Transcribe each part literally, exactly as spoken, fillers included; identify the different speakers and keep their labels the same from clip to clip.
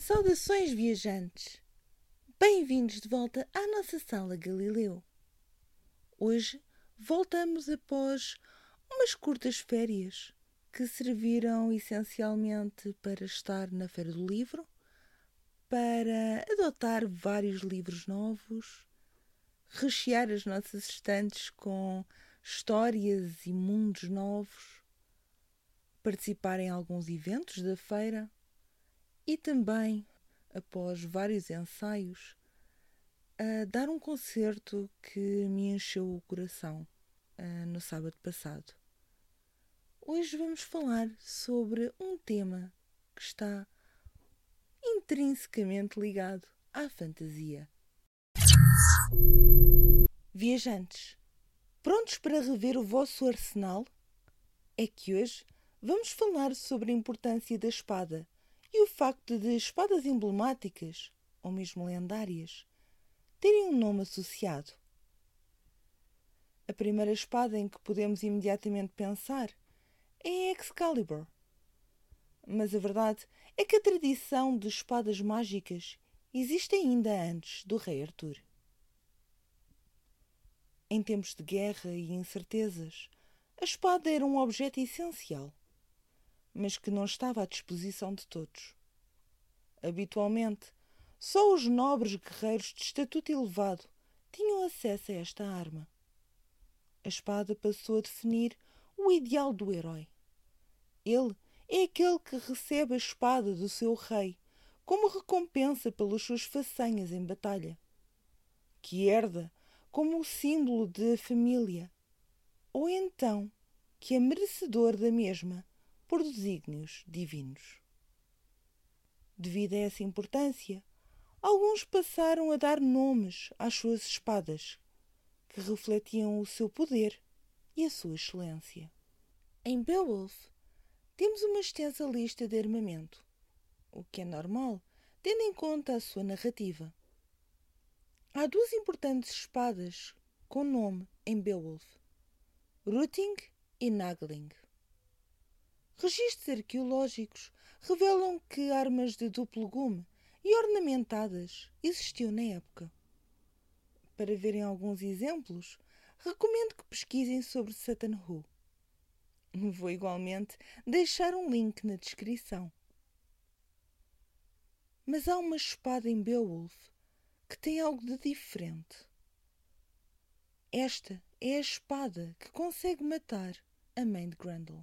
Speaker 1: Saudações, viajantes! Bem-vindos de volta à nossa sala Galileu. Hoje voltamos após umas curtas férias que serviram essencialmente para estar na Feira do Livro, para adotar vários livros novos, rechear as nossas estantes com histórias e mundos novos, participar em alguns eventos da feira e também, após vários ensaios, a dar um concerto que me encheu o coração uh, no sábado passado. Hoje vamos falar sobre um tema que está intrinsecamente ligado à fantasia. Viajantes, prontos para rever o vosso arsenal? É que hoje vamos falar sobre a importância da espada e o facto de espadas emblemáticas, ou mesmo lendárias, terem um nome associado. A primeira espada em que podemos imediatamente pensar é Excalibur. Mas a verdade é que a tradição de espadas mágicas existe ainda antes do rei Arthur. Em tempos de guerra e incertezas, a espada era um objeto essencial, mas que não estava à disposição de todos. Habitualmente, só os nobres guerreiros de estatuto elevado tinham acesso a esta arma. A espada passou a definir o ideal do herói. Ele é aquele que recebe a espada do seu rei como recompensa pelas suas façanhas em batalha, que herda como o símbolo da família, ou então que é merecedor da mesma por desígnios divinos. Devido a essa importância, alguns passaram a dar nomes às suas espadas, que refletiam o seu poder e a sua excelência. Em Beowulf, temos uma extensa lista de armamento, o que é normal, tendo em conta a sua narrativa. Há duas importantes espadas com nome em Beowulf, Rúthing e Nagling. Registros arqueológicos revelam que armas de duplo gume e ornamentadas existiam na época. Para verem alguns exemplos, recomendo que pesquisem sobre Sutton Hoo. Vou igualmente deixar um link na descrição. Mas há uma espada em Beowulf que tem algo de diferente. Esta é a espada que consegue matar a mãe de Grendel.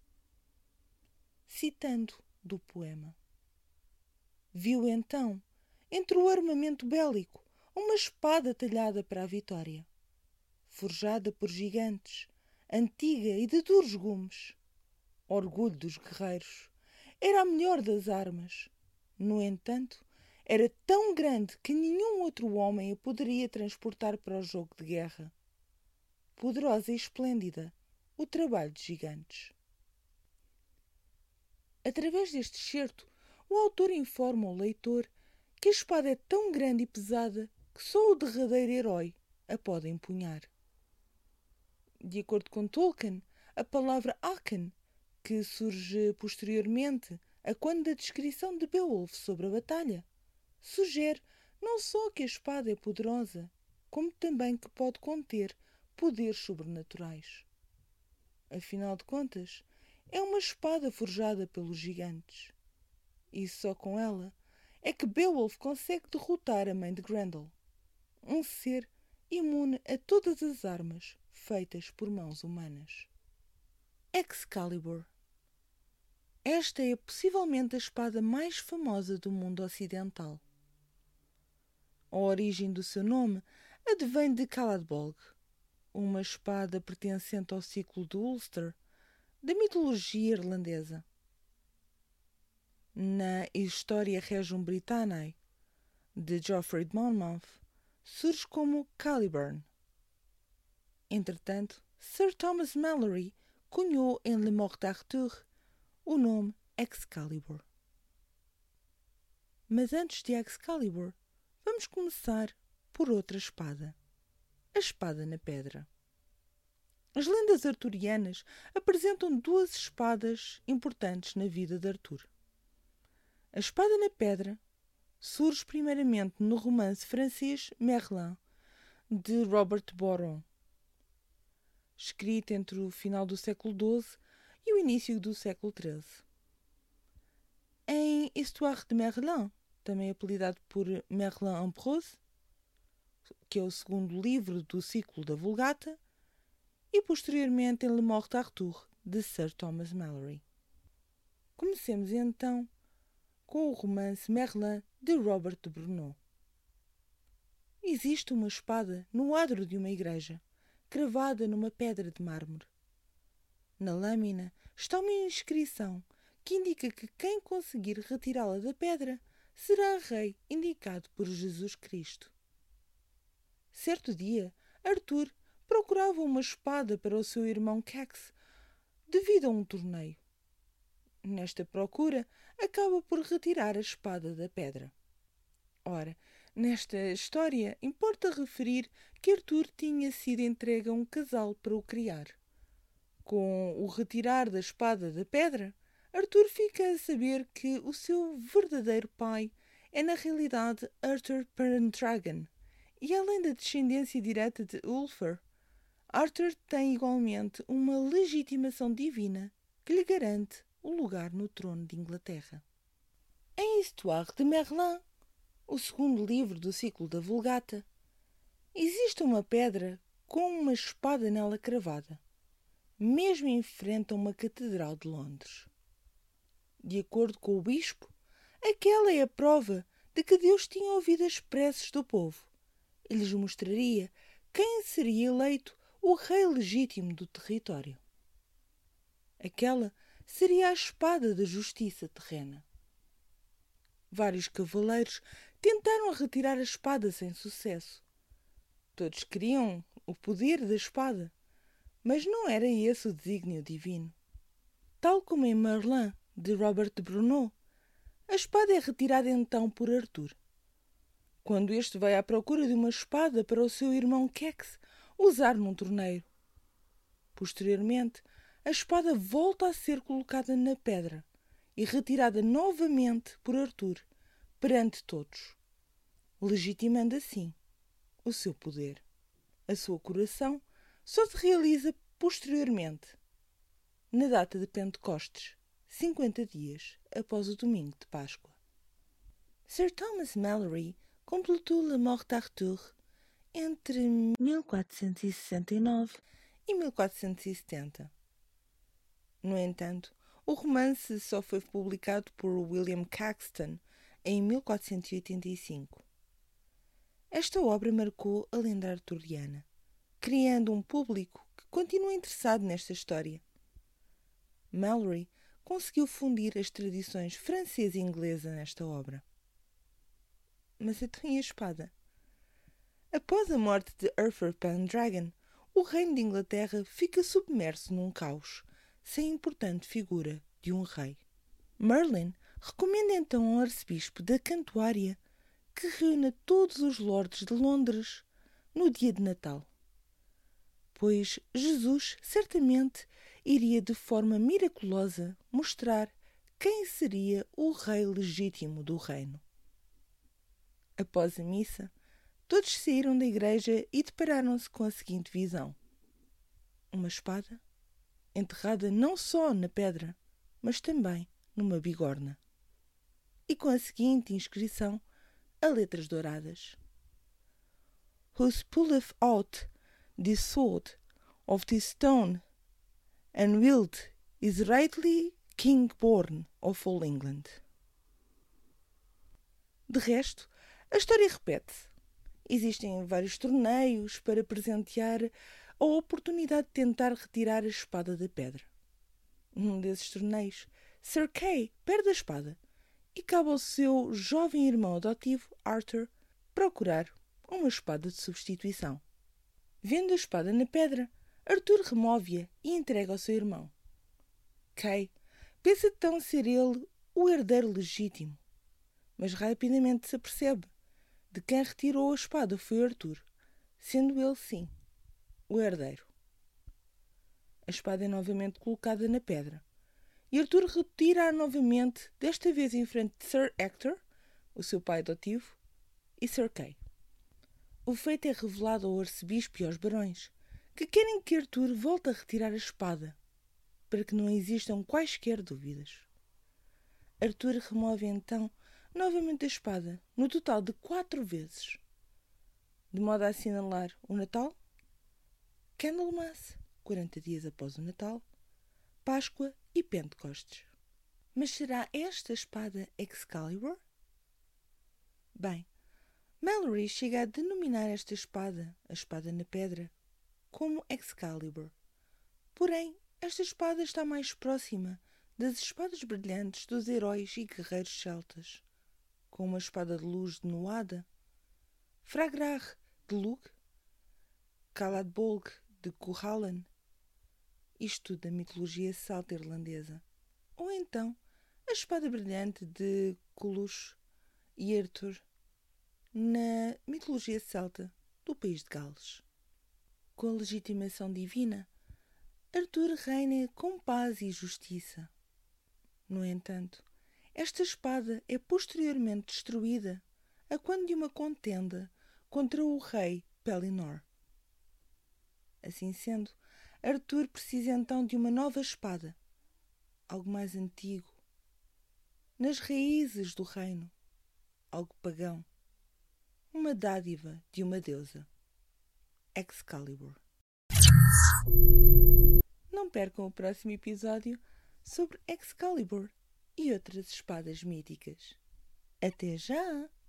Speaker 1: Citando do poema: viu então, entre o armamento bélico, uma espada talhada para a vitória, forjada por gigantes, antiga e de duros gumes. Orgulho dos guerreiros, era a melhor das armas. No entanto, era tão grande que nenhum outro homem a poderia transportar para o jogo de guerra. Poderosa e esplêndida, o trabalho de gigantes. Através deste excerto, o autor informa o leitor que a espada é tão grande e pesada que só o derradeiro herói a pode empunhar. De acordo com Tolkien, a palavra Aken, que surge posteriormente a quando da descrição de Beowulf sobre a batalha, sugere não só que a espada é poderosa, como também que pode conter poderes sobrenaturais. Afinal de contas, é uma espada forjada pelos gigantes. E só com ela é que Beowulf consegue derrotar a mãe de Grendel, um ser imune a todas as armas feitas por mãos humanas. Excalibur. Esta é possivelmente a espada mais famosa do mundo ocidental. A origem do seu nome advém de Caladbolg, uma espada pertencente ao ciclo de Ulster, da mitologia irlandesa. Na História Regium Britanniae, de Geoffrey de Monmouth, surge como Caliburn. Entretanto, Sir Thomas Malory cunhou em Le Morte d'Arthur o nome Excalibur. Mas antes de Excalibur, vamos começar por outra espada, a espada na pedra. As lendas arturianas apresentam duas espadas importantes na vida de Arthur. A espada na pedra surge primeiramente no romance francês Merlin, de Robert Boron, escrito entre o final do século doze e o início do século treze. Em Histoire de Merlin, também apelidado por Merlin en prose, que é o segundo livro do ciclo da Vulgata, e posteriormente em Le Morte d'Arthur, de Sir Thomas Malory. Comecemos então com o romance Merlin, de Robert de Brunot. Existe uma espada no adro de uma igreja, cravada numa pedra de mármore. Na lâmina está uma inscrição que indica que quem conseguir retirá-la da pedra será rei indicado por Jesus Cristo. Certo dia, Arthur procurava uma espada para o seu irmão Cax devido a um torneio. Nesta procura, acaba por retirar a espada da pedra. Ora, nesta história, importa referir que Arthur tinha sido entregue a um casal para o criar. Com o retirar da espada da pedra, Arthur fica a saber que o seu verdadeiro pai é na realidade Arthur Pendragon, e além da descendência direta de Ulfar, Arthur tem igualmente uma legitimação divina que lhe garante o lugar no trono de Inglaterra. Em Histoire de Merlin, o segundo livro do ciclo da Vulgata, existe uma pedra com uma espada nela cravada, mesmo em frente a uma catedral de Londres. De acordo com o bispo, aquela é a prova de que Deus tinha ouvido as preces do povo e lhes mostraria quem seria eleito o rei legítimo do território. Aquela seria a espada da justiça terrena. Vários cavaleiros tentaram retirar a espada sem sucesso. Todos queriam o poder da espada, mas não era esse o desígnio divino. Tal como em Merlin, de Robert de Brunot, a espada é retirada então por Arthur. Quando este vai à procura de uma espada para o seu irmão Cax usar num torneio. Posteriormente, a espada volta a ser colocada na pedra e retirada novamente por Arthur perante todos, legitimando assim o seu poder. A sua coroação só se realiza posteriormente, na data de Pentecostes, cinquenta dias após o domingo de Páscoa. Sir Thomas Malory completou Le Morte d'Arthur entre mil quatrocentos e sessenta e nove e mil quatrocentos e setenta. No entanto, o romance só foi publicado por William Caxton em mil quatrocentos e oitenta e cinco. Esta obra marcou a lenda arturiana, criando um público que continua interessado nesta história. Malory conseguiu fundir as tradições francesa e inglesa nesta obra. Mas então e a espada? Após a morte de Arthur Pendragon, o reino de Inglaterra fica submerso num caos, sem importante figura de um rei. Merlin recomenda então ao arcebispo da Cantuária que reúna todos os lordes de Londres no dia de Natal, pois Jesus certamente iria de forma miraculosa mostrar quem seria o rei legítimo do reino. Após a missa, todos saíram da igreja e depararam-se com a seguinte visão: uma espada enterrada não só na pedra, mas também numa bigorna, e com a seguinte inscrição a letras douradas: Who pulleth out this sword of this stone and wield is rightly king born of all England. De resto, a história repete-se. Existem vários torneios para presentear a oportunidade de tentar retirar a espada da pedra. Num desses torneios, Sir Kay perde a espada e cabe ao seu jovem irmão adotivo, Arthur, procurar uma espada de substituição. Vendo a espada na pedra, Arthur remove-a e entrega ao seu irmão. Kay pensa então ser ele o herdeiro legítimo, mas rapidamente se apercebe de quem retirou a espada foi Arthur, sendo ele, sim, o herdeiro. A espada é novamente colocada na pedra, e Arthur retira-a novamente, desta vez em frente de Sir Hector, o seu pai adotivo e Sir Kay. O feito é revelado ao arcebispo e aos barões, que querem que Arthur volte a retirar a espada, para que não existam quaisquer dúvidas. Arthur remove então novamente a espada, no total de quatro vezes, de modo a assinalar o Natal, Candlemas, quarenta dias após o Natal, Páscoa e Pentecostes. Mas será esta espada Excalibur? Bem, Malory chega a denominar esta espada, a espada na pedra, como Excalibur. Porém, esta espada está mais próxima das espadas brilhantes dos heróis e guerreiros celtas, como a espada de luz de Nuada, Fragrar de Lug, Caladbolg de Cuchulainn, isto da mitologia celta irlandesa, ou então a espada brilhante de Coluche e Arthur, na mitologia celta do país de Gales. Com a legitimação divina, Arthur reina com paz e justiça. No entanto, esta espada é posteriormente destruída a quando de uma contenda contra o rei Pellinore. Assim sendo, Arthur precisa então de uma nova espada, algo mais antigo, nas raízes do reino, algo pagão, uma dádiva de uma deusa, Excalibur. Não percam o próximo episódio sobre Excalibur e outras espadas míticas. Até já!